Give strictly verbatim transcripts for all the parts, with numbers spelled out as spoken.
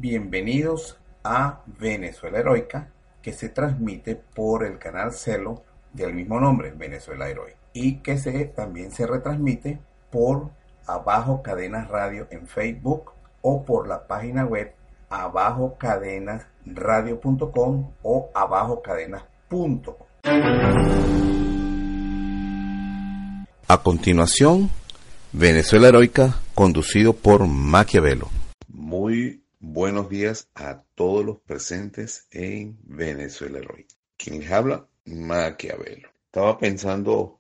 Bienvenidos a Venezuela Heroica, que se transmite por el canal Celo del mismo nombre, Venezuela Heroica, y que se, también se retransmite por Abajo Cadenas Radio en Facebook o por la página web abajo cadenas radio punto com o abajo cadenas punto com. A continuación, Venezuela Heroica, conducido por Maquiavelo. Muy buenos días a todos los presentes en Venezuela Heroica. Quien les habla, Maquiavelo. Estaba pensando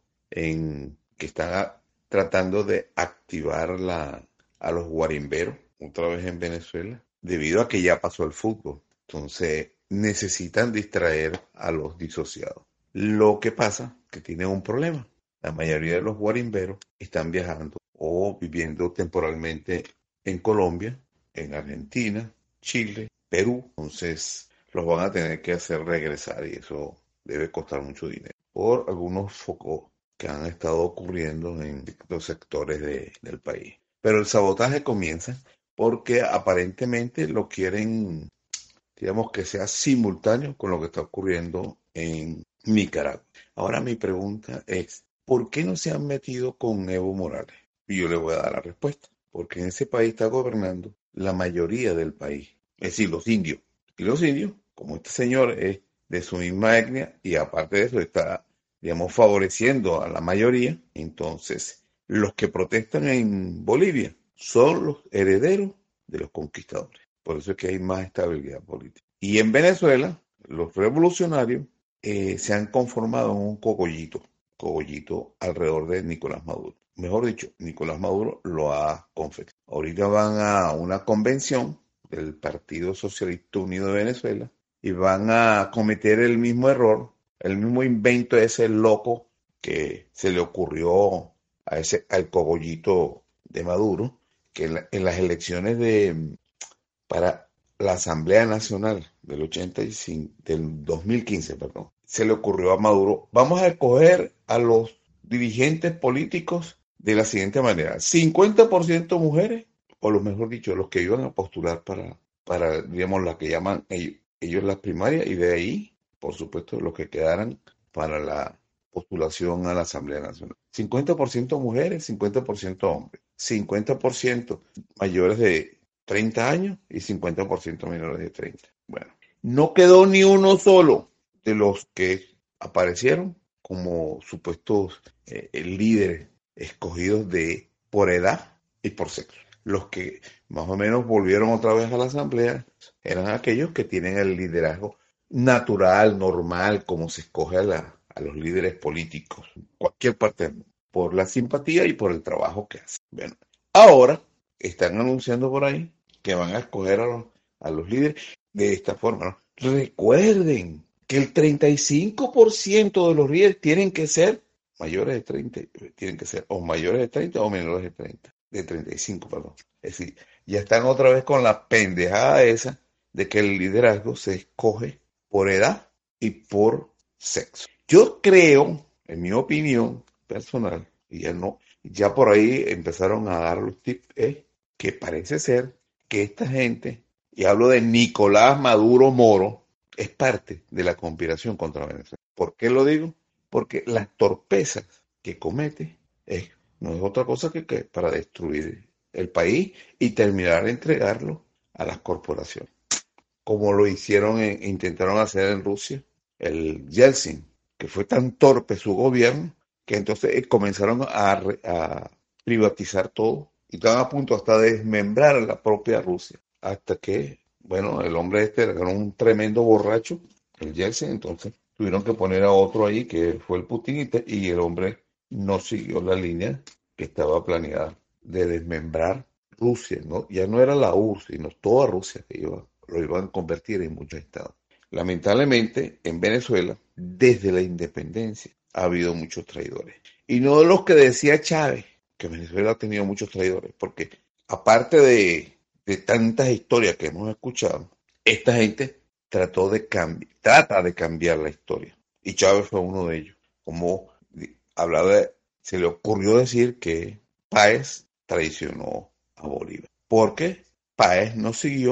en que están tratando de activar la, a los guarimberos otra vez en Venezuela, debido a que ya pasó el fútbol. Entonces necesitan distraer a los disociados. Lo que pasa que tienen un problema. La mayoría de los guarimberos están viajando o viviendo temporalmente en Colombia, en Argentina, Chile, Perú. Entonces los van a tener que hacer regresar y eso debe costar mucho dinero por algunos focos que han estado ocurriendo en los sectores de, del país. Pero el sabotaje comienza porque aparentemente lo quieren, digamos, que sea simultáneo con lo que está ocurriendo en Nicaragua. Ahora mi pregunta es, ¿por qué no se han metido con Evo Morales? Y yo le voy a dar la respuesta. Porque en ese país está gobernando la mayoría del país, es decir, los indios. Y los indios, como este señor es de su misma etnia y aparte de eso está, digamos, favoreciendo a la mayoría, entonces los que protestan en Bolivia son los herederos de los conquistadores. Por eso es que hay más estabilidad política. Y en Venezuela, los revolucionarios eh, se han conformado en un cogollito, cogollito alrededor de Nicolás Maduro. Mejor dicho, Nicolás Maduro lo ha confesado. Ahorita van a una convención del Partido Socialista Unido de Venezuela y van a cometer el mismo error, el mismo invento de ese loco que se le ocurrió a ese, al cogollito de Maduro, que en, la, en las elecciones de para la Asamblea Nacional del ochenta y cinco, del dos mil quince, perdón, se le ocurrió a Maduro, vamos a escoger a los dirigentes políticos de la siguiente manera: cincuenta por ciento mujeres, o lo mejor dicho, los que iban a postular para, para digamos, la que llaman ellos, ellos las primarias, y de ahí, por supuesto, los que quedaran para la postulación a la Asamblea Nacional. cincuenta por ciento mujeres, cincuenta por ciento hombres, cincuenta por ciento mayores de treinta años y cincuenta por ciento menores de treinta. Bueno, no quedó ni uno solo de los que aparecieron como supuestos eh, líderes escogidos de por edad y por sexo. Los que más o menos volvieron otra vez a la asamblea eran aquellos que tienen el liderazgo natural, normal, como se escoge a, la, a los líderes políticos, cualquier parte del mundo, por la simpatía y por el trabajo que hacen. Bueno, ahora están anunciando por ahí que van a escoger a los, a los líderes de esta forma, ¿no? Recuerden que el treinta y cinco por ciento de los líderes tienen que ser mayores de treinta, tienen que ser o mayores de treinta o menores de treinta, de treinta y cinco, perdón. Es decir, ya están otra vez con la pendejada esa de que el liderazgo se escoge por edad y por sexo. Yo creo, en mi opinión personal, y ya no, ya por ahí empezaron a dar los tips, eh, que parece ser que esta gente, y hablo de Nicolás Maduro Moro, es parte de la conspiración contra Venezuela. ¿Por qué lo digo? Porque las torpezas que comete es, no es otra cosa que, que para destruir el país y terminar de entregarlo a las corporaciones. Como lo hicieron, en, intentaron hacer en Rusia, el Yeltsin, que fue tan torpe su gobierno, que entonces eh, comenzaron a, a privatizar todo y estaban a punto hasta de desmembrar a la propia Rusia. Hasta que, bueno, el hombre este era un tremendo borracho, el Yeltsin, entonces tuvieron que poner a otro ahí, que fue el Putin, y el hombre no siguió la línea que estaba planeada de desmembrar Rusia, ¿no? Ya no era la U R S S, sino toda Rusia que iba, lo iban a convertir en muchos estados. Lamentablemente, en Venezuela, desde la independencia, ha habido muchos traidores. Y no de los que decía Chávez, que Venezuela ha tenido muchos traidores, porque aparte de, de tantas historias que hemos escuchado, esta gente trató de cambiar, trata de cambiar la historia. Y Chávez fue uno de ellos. Como hablaba, de, se le ocurrió decir que Páez traicionó a Bolívar. Porque Páez no siguió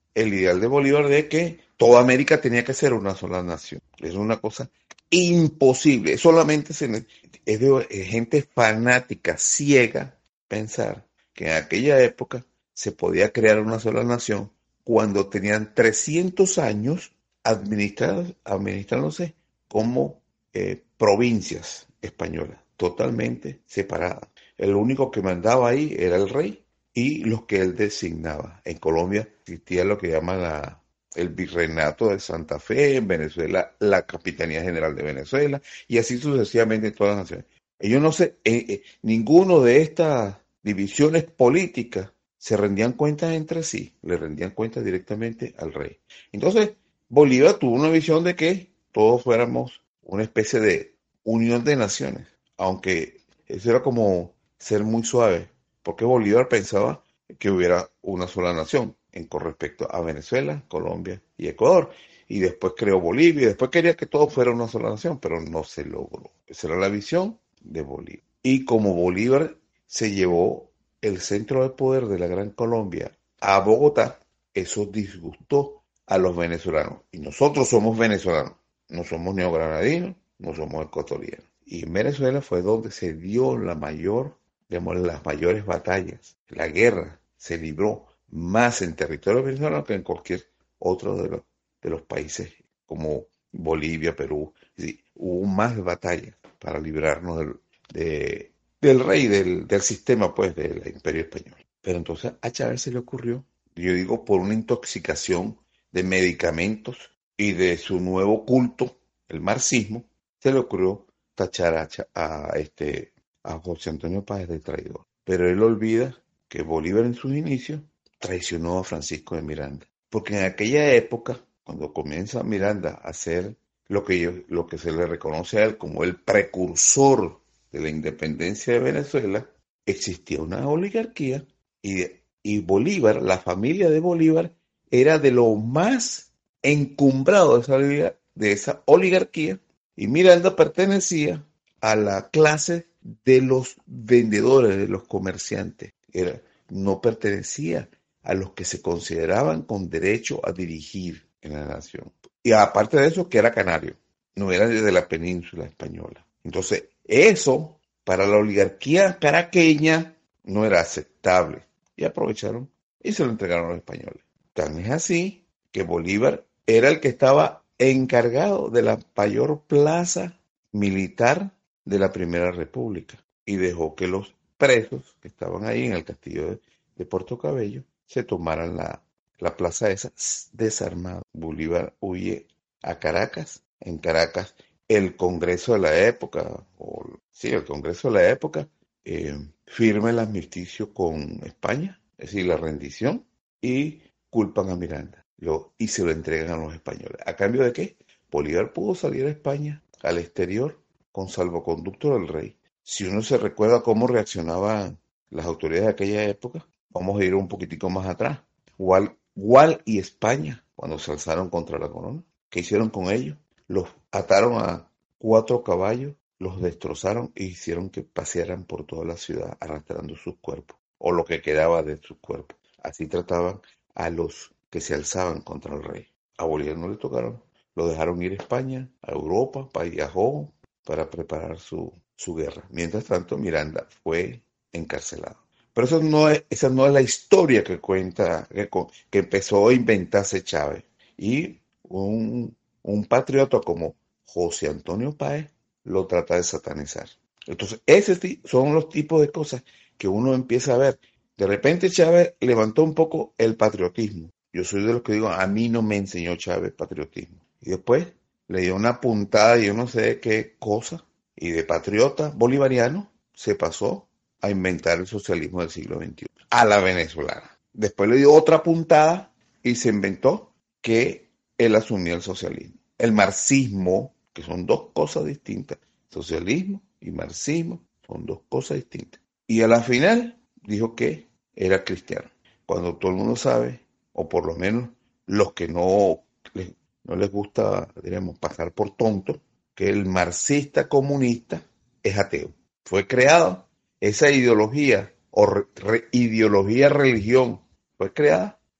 el ideal de Bolívar de que toda América tenía que ser una sola nación. Es una cosa imposible. Solamente se, es de es gente fanática, ciega, pensar que en aquella época se podía crear una sola nación cuando tenían trescientos años administrados, administrándose como eh, provincias españolas, totalmente separadas. El único que mandaba ahí era el rey y los que él designaba. En Colombia existía lo que llaman la, el virreinato de Santa Fe, en Venezuela la Capitanía General de Venezuela y así sucesivamente en todas las naciones. Ellos no sé, eh, eh, ninguno de estas divisiones políticas se rendían cuentas entre sí, le rendían cuentas directamente al rey. Entonces, Bolívar tuvo una visión de que todos fuéramos una especie de unión de naciones, aunque eso era como ser muy suave, porque Bolívar pensaba que hubiera una sola nación en con respecto a Venezuela, Colombia y Ecuador. Y después creó Bolivia, y después quería que todo fuera una sola nación, pero no se logró. Esa era la visión de Bolívar. Y como Bolívar se llevó el centro de poder de la Gran Colombia a Bogotá, eso disgustó a los venezolanos. Y nosotros somos venezolanos, no somos neogranadinos, no somos ecuatorianos. Y en Venezuela fue donde se dio la mayor, digamos, las mayores batallas. La guerra se libró más en territorio venezolano que en cualquier otro de los, de los países como Bolivia, Perú. Sí, hubo más batallas para librarnos del, de, del rey, del, del sistema pues del imperio español. Pero entonces a Chávez se le ocurrió, yo digo por una intoxicación de medicamentos y de su nuevo culto, el marxismo, se le ocurrió tachar a, a, este, a José Antonio Páez de traidor. Pero él olvida que Bolívar en sus inicios traicionó a Francisco de Miranda. Porque en aquella época, cuando comienza Miranda a hacer lo que, yo, lo que se le reconoce a él como el precursor de la independencia de Venezuela, existía una oligarquía y, y Bolívar, la familia de Bolívar, era de lo más encumbrado de esa, de esa oligarquía y Miranda pertenecía a la clase de los vendedores, de los comerciantes. Era, no pertenecía a los que se consideraban con derecho a dirigir en la nación. Y aparte de eso, que era canario, no era de la península española. Entonces, eso para la oligarquía caraqueña no era aceptable. Y aprovecharon y se lo entregaron a los españoles. Tan es así que Bolívar era el que estaba encargado de la mayor plaza militar de la Primera República y dejó que los presos que estaban ahí en el castillo de, de Puerto Cabello se tomaran la, la plaza esa desarmada. Bolívar huye a Caracas. En Caracas el Congreso de la época, o sí, el Congreso de la época, eh, firma el armisticio con España, es decir, la rendición, y culpan a Miranda lo, y se lo entregan a los españoles. ¿A cambio de qué? Bolívar pudo salir a España, al exterior, con salvoconducto del rey. Si uno se recuerda cómo reaccionaban las autoridades de aquella época, vamos a ir un poquitico más atrás. Gual, Gual y España, cuando se alzaron contra la corona, ¿qué hicieron con ellos? Los ataron a cuatro caballos, los destrozaron e hicieron que pasearan por toda la ciudad arrastrando sus cuerpos, o lo que quedaba de sus cuerpos. Así trataban a los que se alzaban contra el rey. A Bolívar no le tocaron, lo dejaron ir a España, a Europa, viajó para preparar su, su guerra. Mientras tanto, Miranda fue encarcelado. Pero eso no es, esa no es la historia que cuenta, que, que empezó a inventarse Chávez. Y un, un patriota como José Antonio Páez lo trata de satanizar. Entonces, esos son los tipos de cosas que uno empieza a ver. De repente Chávez levantó un poco el patriotismo. Yo soy de los que digo, a mí no me enseñó Chávez patriotismo. Y después le dio una puntada y yo no sé qué cosa. Y de patriota bolivariano se pasó a inventar el socialismo del siglo veintiuno. A la venezolana. Después le dio otra puntada y se inventó que él asumía el socialismo. El marxismo, que son dos cosas distintas. Socialismo y marxismo son dos cosas distintas. Y a la final dijo que era cristiano. Cuando todo el mundo sabe, o por lo menos los que no les, no les gusta, diríamos, pasar por tonto, que el marxista comunista es ateo. Fue creado, esa ideología o re, re, ideología religión fue creada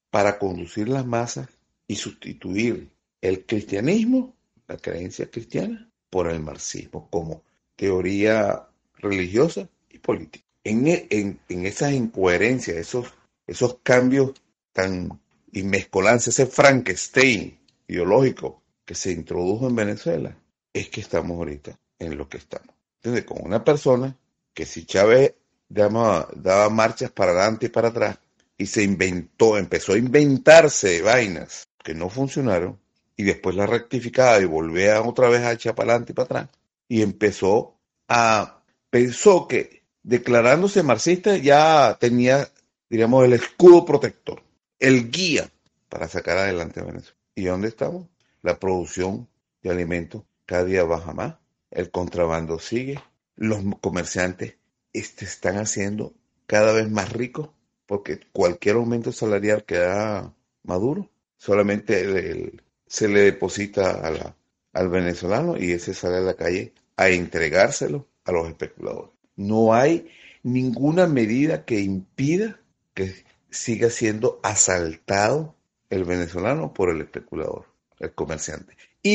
para conducir las masas y sustituir el cristianismo, la creencia cristiana, por el marxismo como teoría religiosa y política. En, en, en esas incoherencias, esos, esos cambios tan y mezcolanza, ese Frankenstein ideológico que se introdujo en Venezuela, es que estamos ahorita en lo que estamos. Entonces, con una persona que si Chávez daba, daba marchas para adelante y para atrás, y se inventó, empezó a inventarse vainas que no funcionaron, y después la rectificaba y volvía otra vez a echar para adelante y para atrás, y empezó a, pensó que declarándose marxista ya tenía, diríamos, el escudo protector, el guía para sacar adelante a Venezuela. ¿Y dónde estamos? La producción de alimentos cada día baja más, el contrabando sigue, los comerciantes este, están haciendo cada vez más ricos porque cualquier aumento salarial que da Maduro solamente el, el, se le deposita a la, al venezolano y ese sale a la calle a entregárselo a los especuladores. No hay ninguna medida que impida que siga siendo asaltado el venezolano por el especulador, el comerciante.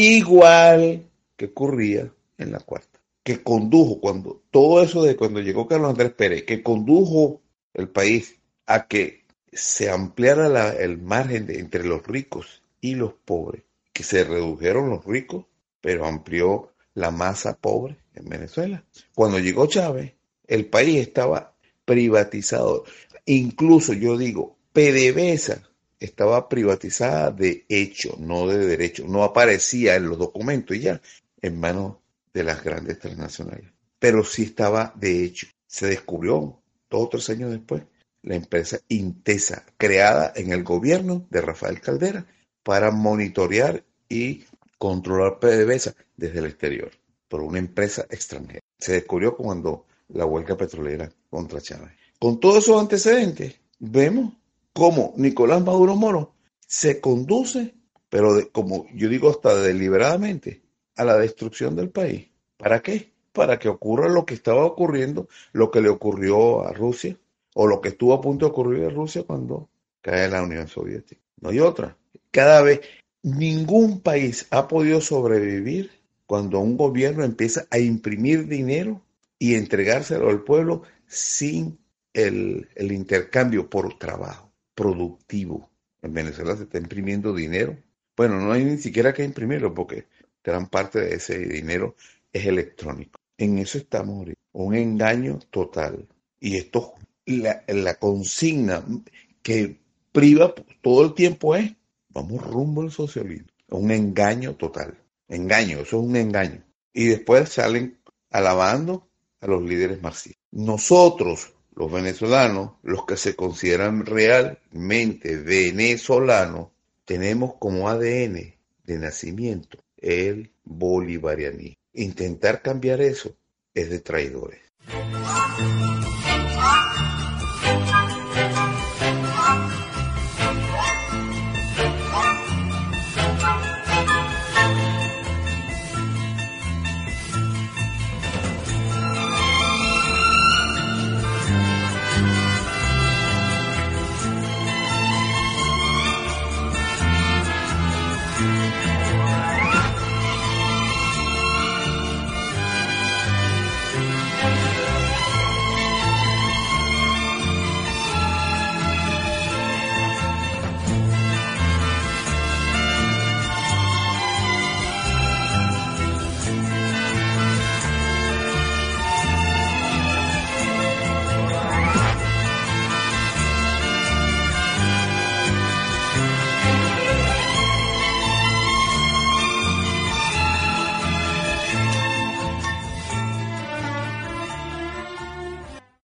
Igual que ocurría en la cuarta, que condujo cuando todo eso de cuando llegó Carlos Andrés Pérez, que condujo el país a que se ampliara la, el margen de, entre los ricos y los pobres, que se redujeron los ricos, pero amplió la masa pobre en Venezuela. Cuando llegó Chávez, el país estaba privatizado. Incluso yo digo, PDVSA estaba privatizada de hecho, no de derecho. No aparecía en los documentos y ya en manos de las grandes transnacionales. Pero sí estaba de hecho. Se descubrió dos o tres años después la empresa Intesa, creada en el gobierno de Rafael Caldera para monitorear y controlar PDVSA desde el exterior por una empresa extranjera. Se descubrió cuando la huelga petrolera contra Chávez. Con todos esos antecedentes, vemos cómo Nicolás Maduro Moro se conduce, pero de, como yo digo hasta deliberadamente, a la destrucción del país. ¿Para qué? Para que ocurra lo que estaba ocurriendo, lo que le ocurrió a Rusia, o lo que estuvo a punto de ocurrir a Rusia cuando cae la Unión Soviética. No hay otra. Cada vez, ningún país ha podido sobrevivir cuando un gobierno empieza a imprimir dinero y entregárselo al pueblo sin el, el intercambio por trabajo productivo. En Venezuela se está imprimiendo dinero. Bueno, no hay ni siquiera que imprimirlo porque gran parte de ese dinero es electrónico. En eso estamos ahorita. Un engaño total. Y esto, la, la consigna que priva todo el tiempo es, vamos rumbo al socialismo. Un engaño total. Engaño, eso es un engaño. Y después salen alabando a los líderes marxistas. Nosotros, los venezolanos, los que se consideran realmente venezolanos, tenemos como A D N de nacimiento el bolivarianismo. Intentar cambiar eso es de traidores.